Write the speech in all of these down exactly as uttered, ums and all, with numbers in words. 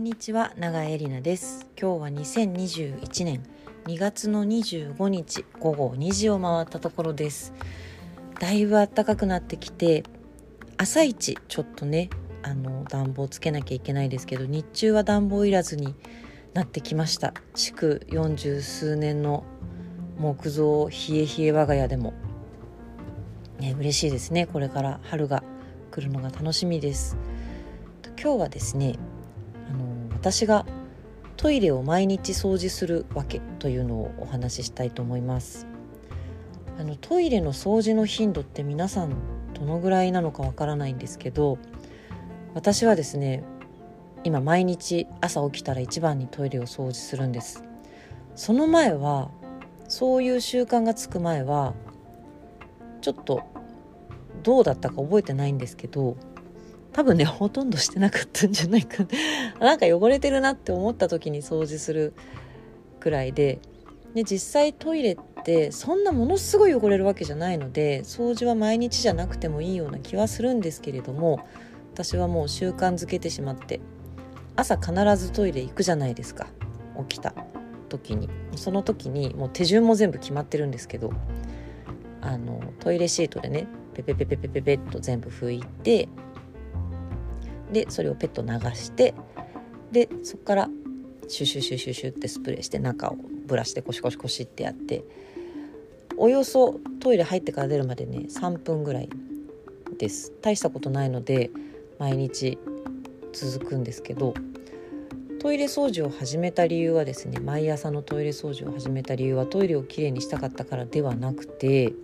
んにちは、永江里奈です。今日はにせんにじゅういちねんにがつのにじゅうごにちごごにじを回ったところです。だいぶ暖かくなってきて、朝一ちょっとねあの暖房つけなきゃいけないですけど、日中は暖房いらずになってきました。築よんじゅうすうねんの木造冷え冷え我が家でも、ね、嬉しいですね。これから春が来るのが楽しみです。今日はですねあの私がトイレを毎日掃除するわけというのをお話ししたいと思います。あのトイレの掃除の頻度って皆さんどのぐらいなのかわからないんですけど、私はですね今毎日朝起きたら一番にトイレを掃除するんです。その前はそういう習慣がつく前はちょっとどうだったか覚えてないんですけど、多分ねほとんどしてなかったんじゃないかなんか汚れてるなって思った時に掃除するくらいで、で実際トイレってそんなものすごい汚れるわけじゃないので、掃除は毎日じゃなくてもいいような気はするんですけれども、私はもう習慣づけてしまって、朝必ずトイレ行くじゃないですか。起きた時にその時にもう手順も全部決まってるんですけど、あのトイレシートでねペペペペペペペッと全部拭いて、でそれをペット流して、でそこからシュシュシュシュシュってスプレーして中をブラシでコシコシコシってやって、およそトイレ入ってから出るまでねさんぷんぐらいです。大したことないので毎日続くんですけど、トイレ掃除を始めた理由はですね毎朝のトイレ掃除を始めた理由はトイレをきれいにしたかったからではなくて、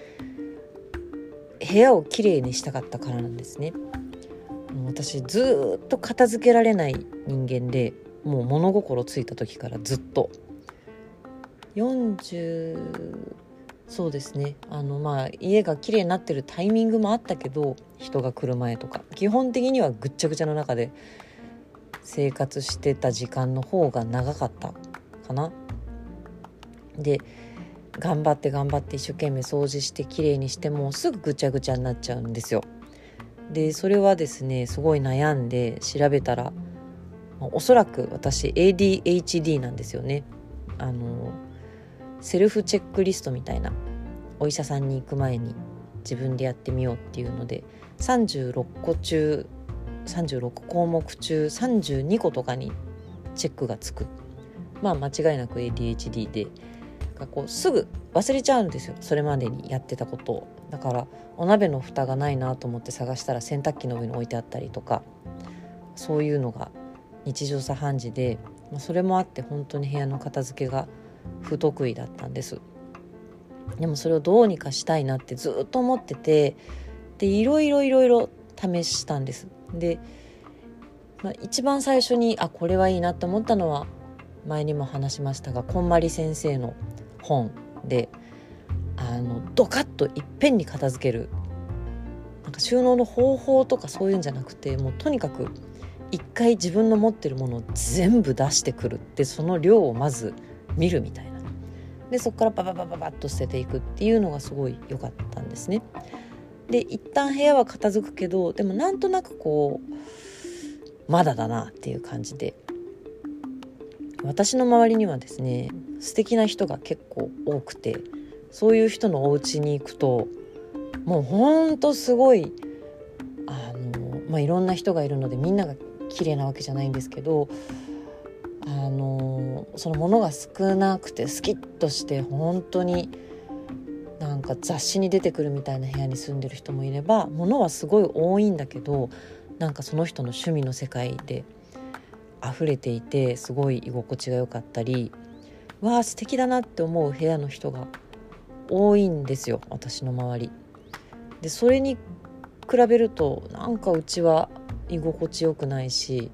部屋をきれいにしたかったからなんですね。私ずっと片付けられない人間で、もう物心ついた時からずっとよんじゅうそうですねあのまあ家がきれいになってるタイミングもあったけど、人が来る前とか基本的にはぐっちゃぐちゃの中で生活してた時間の方が長かったかな。で頑張って頑張って一生懸命掃除してきれいにしてもすぐぐちゃぐちゃになっちゃうんですよ。でそれはですねすごい悩んで調べたら、おそらく私 エーディーエイチディー なんですよね。あのセルフチェックリストみたいな、お医者さんに行く前に自分でやってみようっていうのでさんじゅうろっこ中さんじゅうろっこうもく中さんじゅうにことかにチェックがつく。まあ間違いなく エーディーエイチディー で、こうすぐ忘れちゃうんですよ、それまでにやってたことを。だからお鍋の蓋がないなと思って探したら洗濯機の上に置いてあったりとか、そういうのが日常茶飯事で、まあ、それもあって本当に部屋の片付けが不得意だったんです。でもそれをどうにかしたいなってずっと思ってて、でいろいろいろいろ試したんです。で、まあ、一番最初にあこれはいいなと思ったのは前にも話しましたが、こんまり先生の本で、あのドカッといっぺんに片付ける、なんか収納の方法とかそういうんじゃなくて、もうとにかく一回自分の持ってるものを全部出してくるって、その量をまず見るみたいな。でそこからバババババッと捨てていくっていうのがすごい良かったんですね。で一旦部屋は片付くけど、でもなんとなくこうまだだなっていう感じで、私の周りにはですね素敵な人が結構多くて、そういう人のお家に行くともうほんとすごいあの、まあ、いろんな人がいるのでみんなが綺麗なわけじゃないんですけど、あのその物が少なくてスキッとして本当になんか雑誌に出てくるみたいな部屋に住んでる人もいれば、物はすごい多いんだけどなんかその人の趣味の世界で溢れていてすごい居心地が良かったり、わあ素敵だなって思う部屋の人が多いんですよ、私の周りで。それに比べるとなんかうちは居心地よくないし、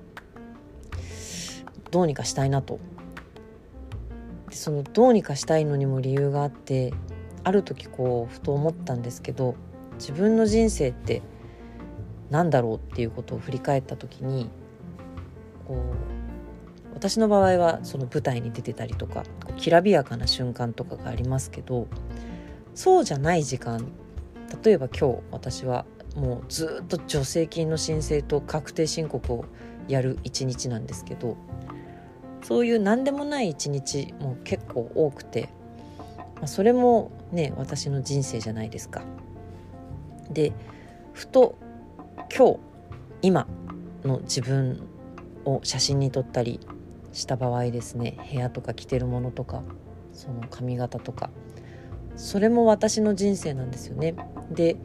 どうにかしたいなと。でそのどうにかしたいのにも理由があって、ある時こうふと思ったんですけど、自分の人生ってなんだろうっていうことを振り返った時に、こう私の場合はその舞台に出てたりとかきらびやかな瞬間とかがありますけど、そうじゃない時間、例えば今日私はもうずっと助成金の申請と確定申告をやる一日なんですけど、そういう何でもない一日も結構多くて、まあ、それもね私の人生じゃないですか。でふと今日今の自分を写真に撮ったりした場合ですね、部屋とか着てるものとかその髪型とか、それも私の人生なんですよね。で、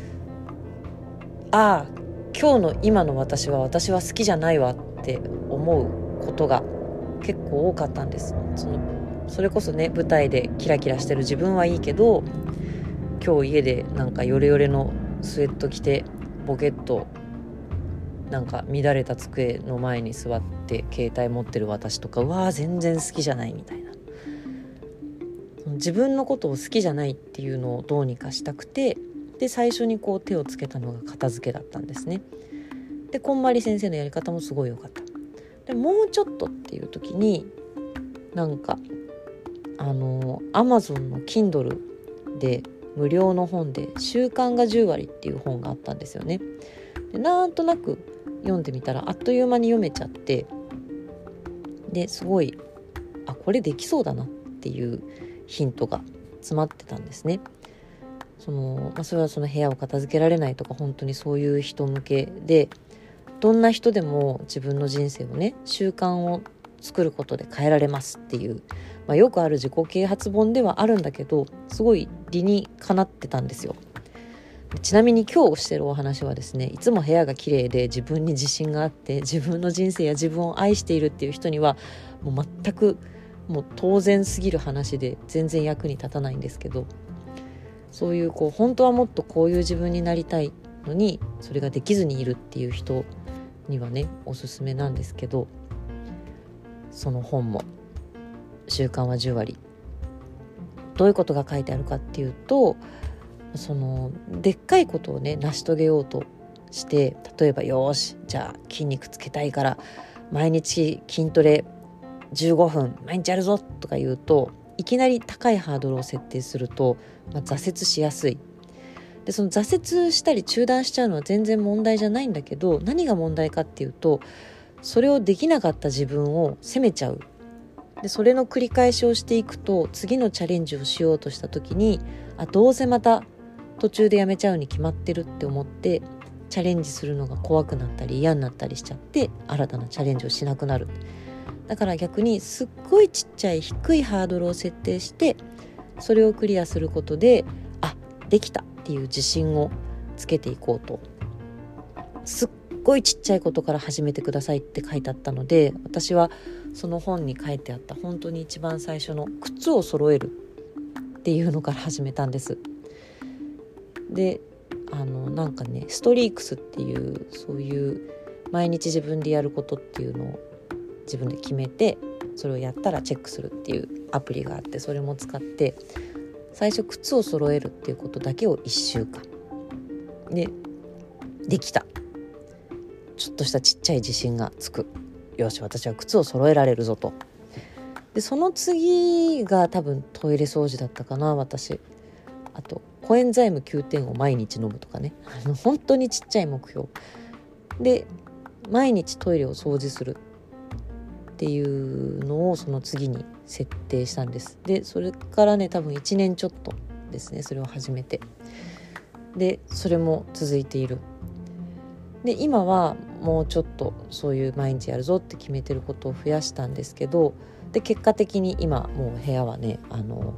ああ今日の今の私は私は好きじゃないわって思うことが結構多かったんです。そのそれこそね、舞台でキラキラしてる自分はいいけど、今日家でなんかヨレヨレのスウェット着てボケっとなんか乱れた机の前に座って携帯持ってる私とか、うわー全然好きじゃないみたいな、自分のことを好きじゃないっていうのをどうにかしたくて、で最初にこう手をつけたのが片付けだったんですね。でこんまり先生のやり方もすごい良かった。でもうちょっとっていう時になんかあの Amazon の Kindle で無料の本で習慣がじゅう割っていう本があったんですよね。でなんとなく読んでみたらあっという間に読めちゃって、ですごいあこれできそうだなっていうヒントが詰まってたんですね。その、まあ、それはその部屋を片付けられないとか本当にそういう人向けで、どんな人でも自分の人生をね習慣を作ることで変えられますっていう、まあ、よくある自己啓発本ではあるんだけど、すごい理にかなってたんですよ。ちなみに今日してるお話はですね、いつも部屋が綺麗で自分に自信があって自分の人生や自分を愛しているっていう人にはもう全くもう当然すぎる話で全然役に立たないんですけど、そういうこう本当はもっとこういう自分になりたいのにそれができずにいるっていう人にはねおすすめなんですけど、その本も習慣はじゅう割、どういうことが書いてあるかっていうと、そのでっかいことをね成し遂げようとして、例えばよしじゃあ筋肉つけたいから毎日筋トレじゅうごふん毎日やるぞとか言うと、いきなり高いハードルを設定すると、まあ、挫折しやすい。でその挫折したり中断しちゃうのは全然問題じゃないんだけど、何が問題かっていうと、それをできなかった自分を責めちゃう。でそれの繰り返しをしていくと、次のチャレンジをしようとした時に、あどうせまた途中でやめちゃうに決まってるって思ってチャレンジするのが怖くなったり嫌になったりしちゃって、新たなチャレンジをしなくなる。だから逆にすっごいちっちゃい低いハードルを設定して、それをクリアすることであできたっていう自信をつけていこうと、すっごいちっちゃいことから始めてくださいって書いてあったので、私はその本に書いてあった本当に一番最初の靴を揃えるっていうのから始めたんです。であのなんかねストリークスっていうそういう毎日自分でやることっていうのを自分で決めて、それをやったらチェックするっていうアプリがあって、それも使って最初靴を揃えるっていうことだけをいっしゅうかんでできた。ちょっとしたちっちゃい自信がつく。よし私は靴を揃えられるぞと。でその次が多分トイレ掃除だったかな。私あとコエンザイムきゅうてんを毎日飲むとかね、あの本当にちっちゃい目標で毎日トイレを掃除するっていうのをその次に設定したんです。でそれからね多分いちねんちょっとですね、それを始めて、でそれも続いている。で今はもうちょっとそういう毎日やるぞって決めてることを増やしたんですけど、で結果的に今もう部屋はねあの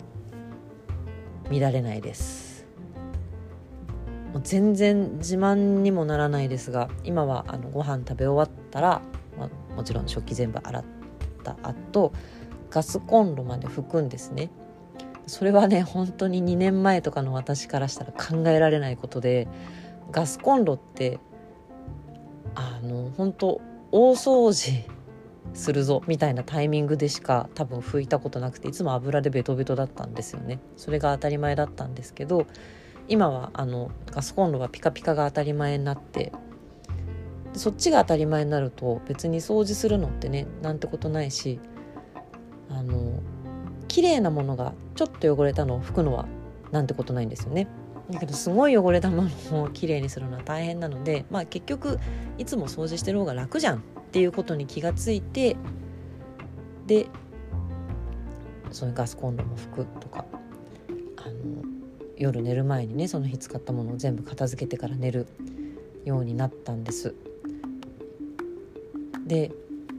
乱れないです。もう全然自慢にもならないですが、今はあのご飯食べ終わったら、まあ、もちろん食器全部洗った後ガスコンロまで拭くんですね。それはね本当ににねんまえとかの私からしたら考えられないことで、ガスコンロってあの本当大掃除するぞみたいなタイミングでしか多分拭いたことなくて、いつも油でベトベトだったんですよね。それが当たり前だったんですけど、今はあのガスコンロはピカピカが当たり前になって、そっちが当たり前になると別に掃除するのってねなんてことないし、あの綺麗なものがちょっと汚れたのを拭くのはなんてことないんですよね。 だけどすごい汚れたものをきれいにするのは大変なので、まあ、結局いつも掃除してる方が楽じゃんっていうことに気がついて、でそういうガスコンロも拭くとか、あの夜寝る前にねその日使ったものを全部片付けてから寝るようになったんです。で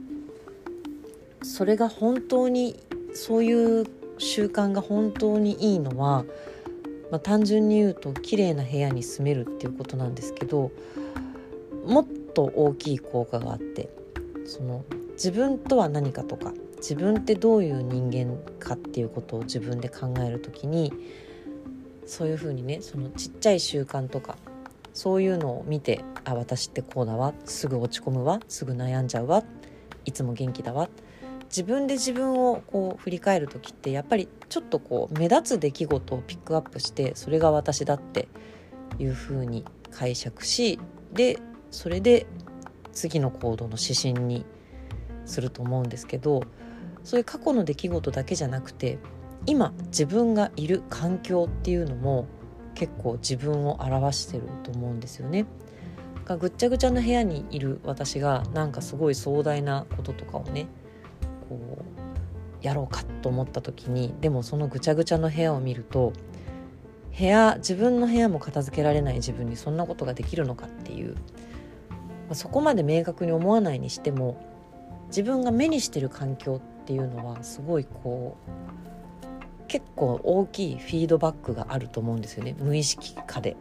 それが本当にそういう習慣が本当にいいのは、まあ、単純に言うと綺麗な部屋に住めるっていうことなんですけど、もっと大きい効果があって、その自分とは何かとか自分ってどういう人間かっていうことを自分で考えるときに、そういうふうにねそのちっちゃい習慣とかそういうのを見て、あ私ってこうだわ、すぐ落ち込むわ、すぐ悩んじゃうわ、いつも元気だわ、自分で自分をこう振り返るときってやっぱりちょっとこう目立つ出来事をピックアップして、それが私だっていうふうに解釈し、でそれで次の行動の指針にすると思うんですけど、そういう過去の出来事だけじゃなくて今自分がいる環境っていうのも結構自分を表してると思うんですよね。ぐっちゃぐちゃな部屋にいる私がなんかすごい壮大なこととかをねこうやろうかと思った時に、でもそのぐちゃぐちゃの部屋を見ると、部屋自分の部屋も片付けられない自分にそんなことができるのかっていう、そこまで明確に思わないにしても自分が目にしてる環境っていうのはすごいこう結構大きいフィードバックがあると思うんですよね、無意識化で。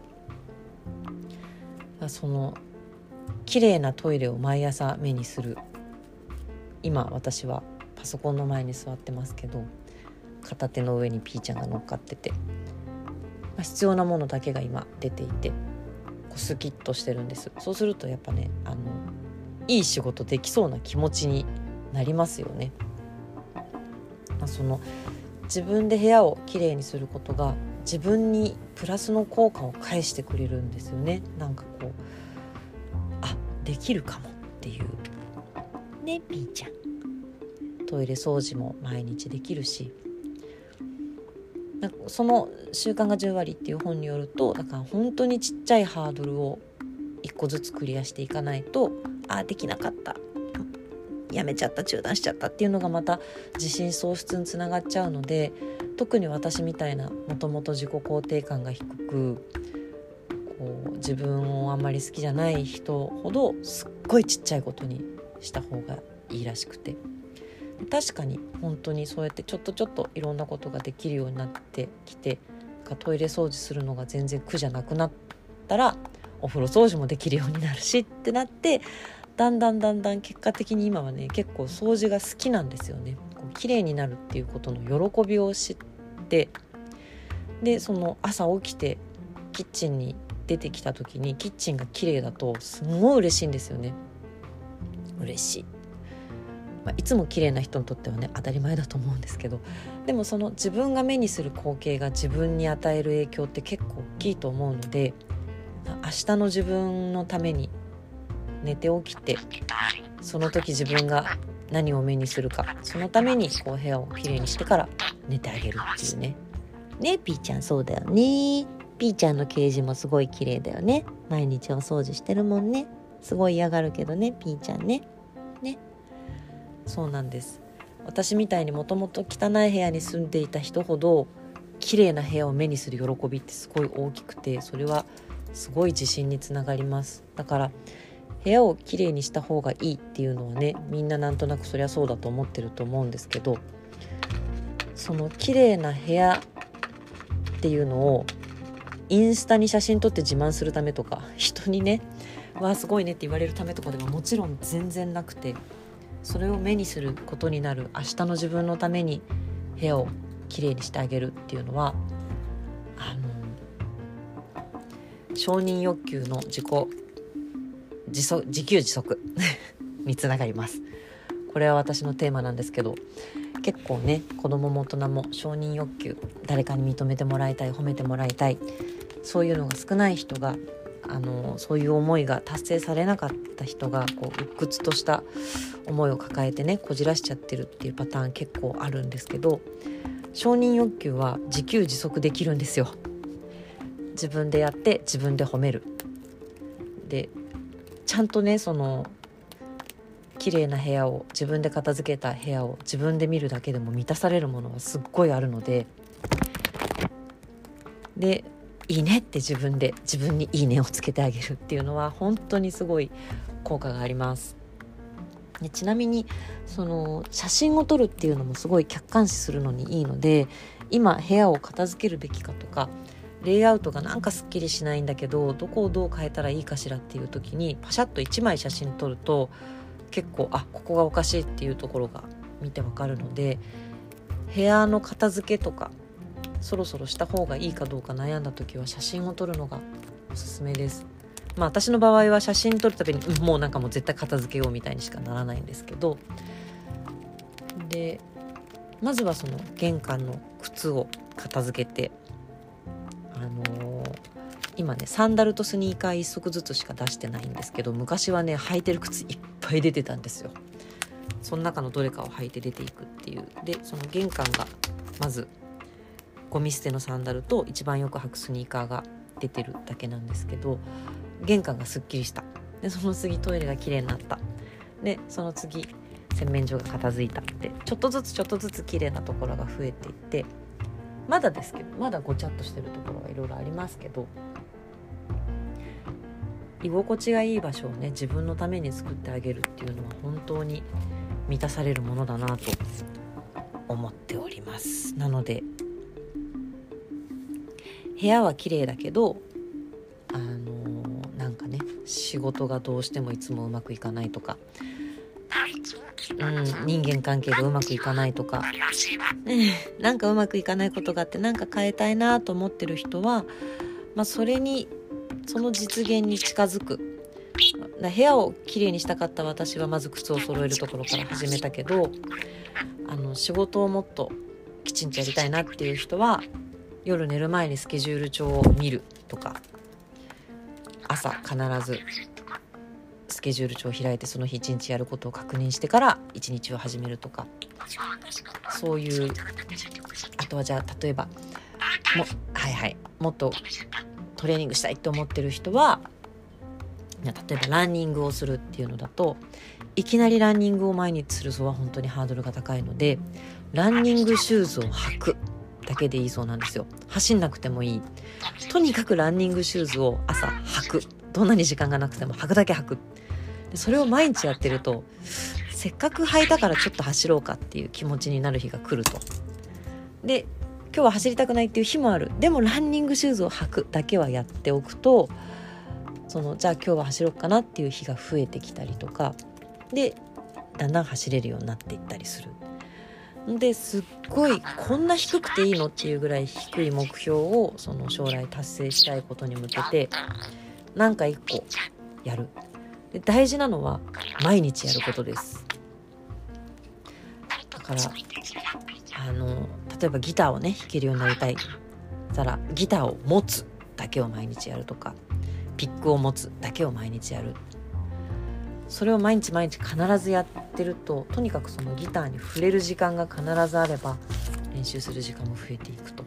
その綺麗なトイレを毎朝目にする。今私はパソコンの前に座ってますけど、片手の上にピーちゃんが乗っかってて、必要なものだけが今出ていて、こうスキッとしてるんです。そうするとやっぱね、あのいい仕事できそうな気持ちになりますよね。その自分で部屋をきれいにすることが自分にプラスの効果を返してくれるんですよね。なんかこうあできるかもっていうね、ピーちゃん。トイレ掃除も毎日できるし、なんかその習慣がじゅう割っていう本によると、だから本当にちっちゃいハードルをいっこずつクリアしていかないと、あできなかった、やめちゃった、中断しちゃったっていうのがまた自信喪失につながっちゃうので、特に私みたいなもともと自己肯定感が低くこう自分をあんまり好きじゃない人ほどすっごいちっちゃいことにした方がいいらしくて、確かに本当にそうやってちょっとちょっといろんなことができるようになってきて、トイレ掃除するのが全然苦じゃなくなったらお風呂掃除もできるようになるしってなって、だんだんだんだん結果的に今はね結構掃除が好きなんですよね。こう綺麗になるっていうことの喜びを知って、でその朝起きてキッチンに出てきた時にキッチンが綺麗だとすごい嬉しいんですよね。嬉しい、まあ、いつも綺麗な人にとってはね当たり前だと思うんですけど、でもその自分が目にする光景が自分に与える影響って結構大きいと思うので、明日の自分のために寝て起きて、その時自分が何を目にするか、そのためにこう部屋をきれいにしてから寝てあげるっていうね。ねピーちゃんそうだよね。ピーちゃんのケージもすごい綺麗だよね。毎日お掃除してるもんね。すごい嫌がるけどねピーちゃんね。ね、そうなんです。私みたいにもともと汚い部屋に住んでいた人ほど綺麗な部屋を目にする喜びってすごい大きくて、それはすごい自信につながります。だから部屋をきれいにした方がいいっていうのはね、みんななんとなくそりゃそうだと思ってると思うんですけど、そのきれいな部屋っていうのをインスタに写真撮って自慢するためとか、人にねわあすごいねって言われるためとかではもちろん全然なくて、それを目にすることになる明日の自分のために部屋をきれいにしてあげるっていうのは、あの承認欲求の自己自足自給自足につながります。これは私のテーマなんですけど、結構ね子供も大人も承認欲求、誰かに認めてもらいたい、褒めてもらいたい、そういうのが少ない人が、あのそういう思いが達成されなかった人がこう鬱屈とした思いを抱えてねこじらしちゃってるっていうパターン結構あるんですけど、承認欲求は自給自足できるんですよ。 自分でやって自分で褒める。でちゃんとねその綺麗な部屋を自分で片付けた部屋を自分で見るだけでも満たされるものはすっごいあるので、でいいねって自分で自分にいいねをつけてあげるっていうのは本当にすごい効果があります。でちなみにその写真を撮るっていうのもすごい客観視するのにいいので、今部屋を片付けるべきかとか、レイアウトがなんかすっきりしないんだけどどこをどう変えたらいいかしらっていう時にパシャッといちまい写真撮ると結構あここがおかしいっていうところが見てわかるので、部屋の片付けとかそろそろした方がいいかどうか悩んだ時は写真を撮るのがおすすめです。まあ私の場合は写真撮るたびに、うん、もうなんかもう絶対片付けようみたいにしかならないんですけど、でまずはその玄関の靴を片付けて、あのー、今ねサンダルとスニーカーいっ足ずつしか出してないんですけど、昔はね履いてる靴いっぱい出てたんですよ。その中のどれかを履いて出ていくっていう。でその玄関がまずゴミ捨てのサンダルと一番よく履くスニーカーが出てるだけなんですけど、玄関がすっきりした。でその次トイレが綺麗になった。でその次洗面所が片付いたって、ちょっとずつちょっとずつ綺麗なところが増えていって、まだですけどまだごちゃっとしてるところがいろいろありますけど、居心地がいい場所をね自分のために作ってあげるっていうのは本当に満たされるものだなと思っております。なので部屋は綺麗だけどあのー、なんかね仕事がどうしてもいつもうまくいかないとか、うん、人間関係がうまくいかないとか、なんかうまくいかないことがあってなんか変えたいなと思ってる人は、まあ、それにその実現に近づく。部屋をきれいにしたかった私はまず靴を揃えるところから始めたけど、あの仕事をもっときちんとやりたいなっていう人は夜寝る前にスケジュール帳を見るとか、朝必ずスケジュール帳を開いてその日一日やることを確認してから一日を始めるとか、そういう。あとはじゃあ例えばもはいはいもっとトレーニングしたいと思ってる人は、例えばランニングをするっていうのだと、いきなりランニングを毎日するのは本当にハードルが高いので、ランニングシューズを履くだけでいいそうなんですよ。走んなくてもいい。とにかくランニングシューズを朝履く。どんなに時間がなくても履くだけ履く。でそれを毎日やってると、せっかく履いたからちょっと走ろうかっていう気持ちになる日が来ると。で今日は走りたくないっていう日もある。でもランニングシューズを履くだけはやっておくと、そのじゃあ今日は走ろうかなっていう日が増えてきたりとかで、だんだん走れるようになっていったりする。ですっごいこんな低くていいのっていうぐらい低い目標をその将来達成したいことに向けてなんか一個やる。で大事なのは毎日やることです。だからあの例えばギターをね弾けるようになりたいたら、ギターを持つだけを毎日やるとか、ピックを持つだけを毎日やる。それを毎日毎日必ずやってると、とにかくそのギターに触れる時間が必ずあれば練習する時間も増えていくと。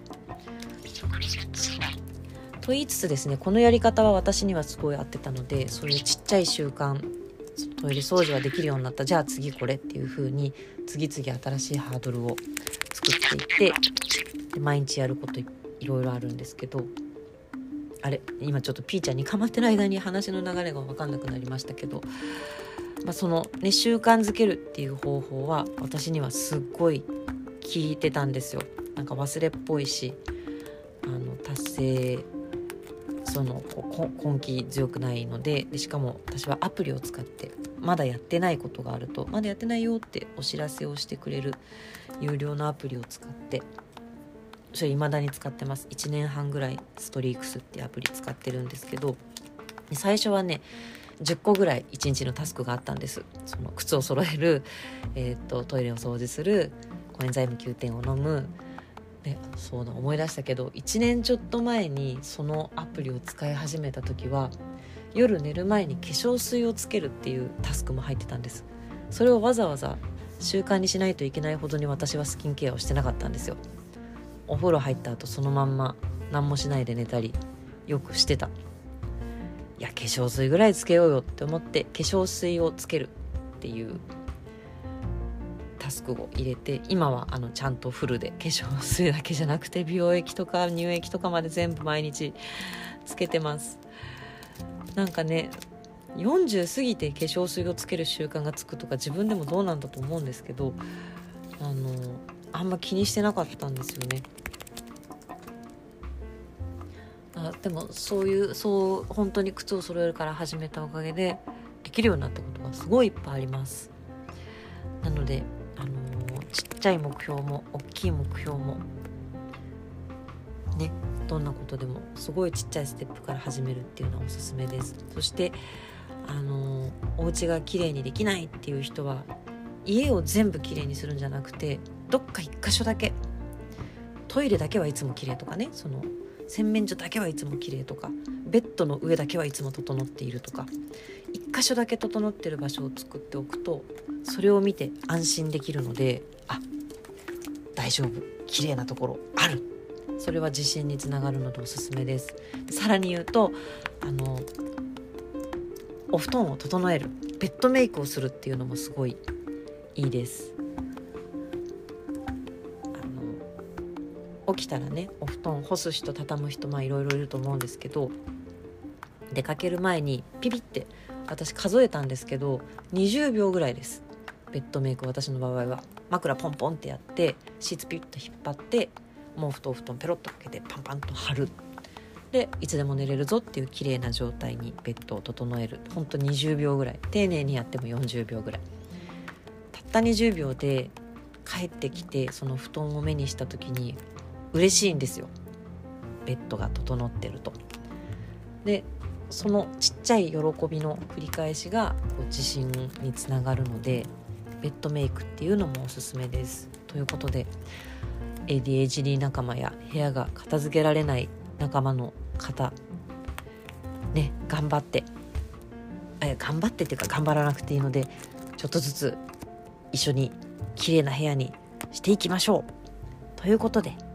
と言いつつですね、このやり方は私にはすごい合ってたので、そういうちっちゃい習慣、トイレ掃除はできるようになった、じゃあ次これっていう風に次々新しいハードルを作っていって、で毎日やること い, いろいろあるんですけど、あれ今ちょっとピーちゃんに構ってる間に話の流れが分かんなくなりましたけど、まあ、そのね習慣づけるっていう方法は私にはすっごい効いてたんですよ。なんか忘れっぽいし、あの達成その根気強くないの で, でしかも私はアプリを使ってまだやってないことがあると、まだやってないよってお知らせをしてくれる有料のアプリを使って、それ未だに使ってます。いちねんはんぐらいストリークスってアプリ使ってるんですけど、最初はねじゅっこぐらいいちにちのタスクがあったんです。その靴を揃える、えー、とトイレを掃除する、コエンザイムきゅうてんを飲むで、そうだ思い出したけど、いちねんちょっと前にそのアプリを使い始めた時は夜寝る前に化粧水をつけるっていうタスクも入ってたんです。それをわざわざ習慣にしないといけないほどに私はスキンケアをしてなかったんですよ。お風呂入った後そのまんま何もしないで寝たり、 よくしてた。いや化粧水ぐらいつけようよって思って化粧水をつけるっていうタスクを入れて、今はあのちゃんとフルで化粧水だけじゃなくて美容液とか乳液とかまで全部毎日つけてます。なんかねよんじゅう過ぎて化粧水をつける習慣がつくとか自分でもどうなんだと思うんですけど、あのあんま気にしてなかったんですよね。あでもそういうそう本当に靴を揃えるから始めたおかげでできるようになったことがすごいいっぱいあります。なので、あのー、ちっちゃい目標も大きい目標もね、どんなことでもすごいちっちゃいステップから始めるっていうのはおすすめです。そして、あのー、お家がきれいにできないっていう人は家を全部きれいにするんじゃなくて、どっか一箇所だけ、トイレだけはいつもきれいとかね、その洗面所だけはいつもきれいとか、ベッドの上だけはいつも整っているとか、一箇所だけ整ってる場所を作っておくと、それを見て安心できるので、あ、大丈夫、きれいなところある、それは自信につながるのでおすすめです。さらに言うと、あのお布団を整える、ベッドメイクをするっていうのもすごいいいです。あの起きたらね、お布団干す人畳む人、まあいろいろいると思うんですけど、出かける前にピピって私数えたんですけどにじゅうびょうぐらいです。ベッドメイク、私の場合は枕ポンポンってやってシーツピュッと引っ張って毛布とお布団ペロッとかけてパンパンと貼る。でいつでも寝れるぞっていう綺麗な状態にベッドを整える。ほんとにじゅうびょうぐらい、丁寧にやってもよんじゅうびょうぐらい。たったにじゅうびょうで帰ってきてその布団を目にした時に嬉しいんですよ、ベッドが整ってると。でそのちっちゃい喜びの繰り返しがこう自信につながるので、ベッドメイクっていうのもおすすめです。ということで エーディーエイチディー 仲間や部屋が片付けられない仲間の方ね、頑張ってえ頑張ってっていうか頑張らなくていいので、ちょっとずつ一緒に綺麗な部屋にしていきましょうということで、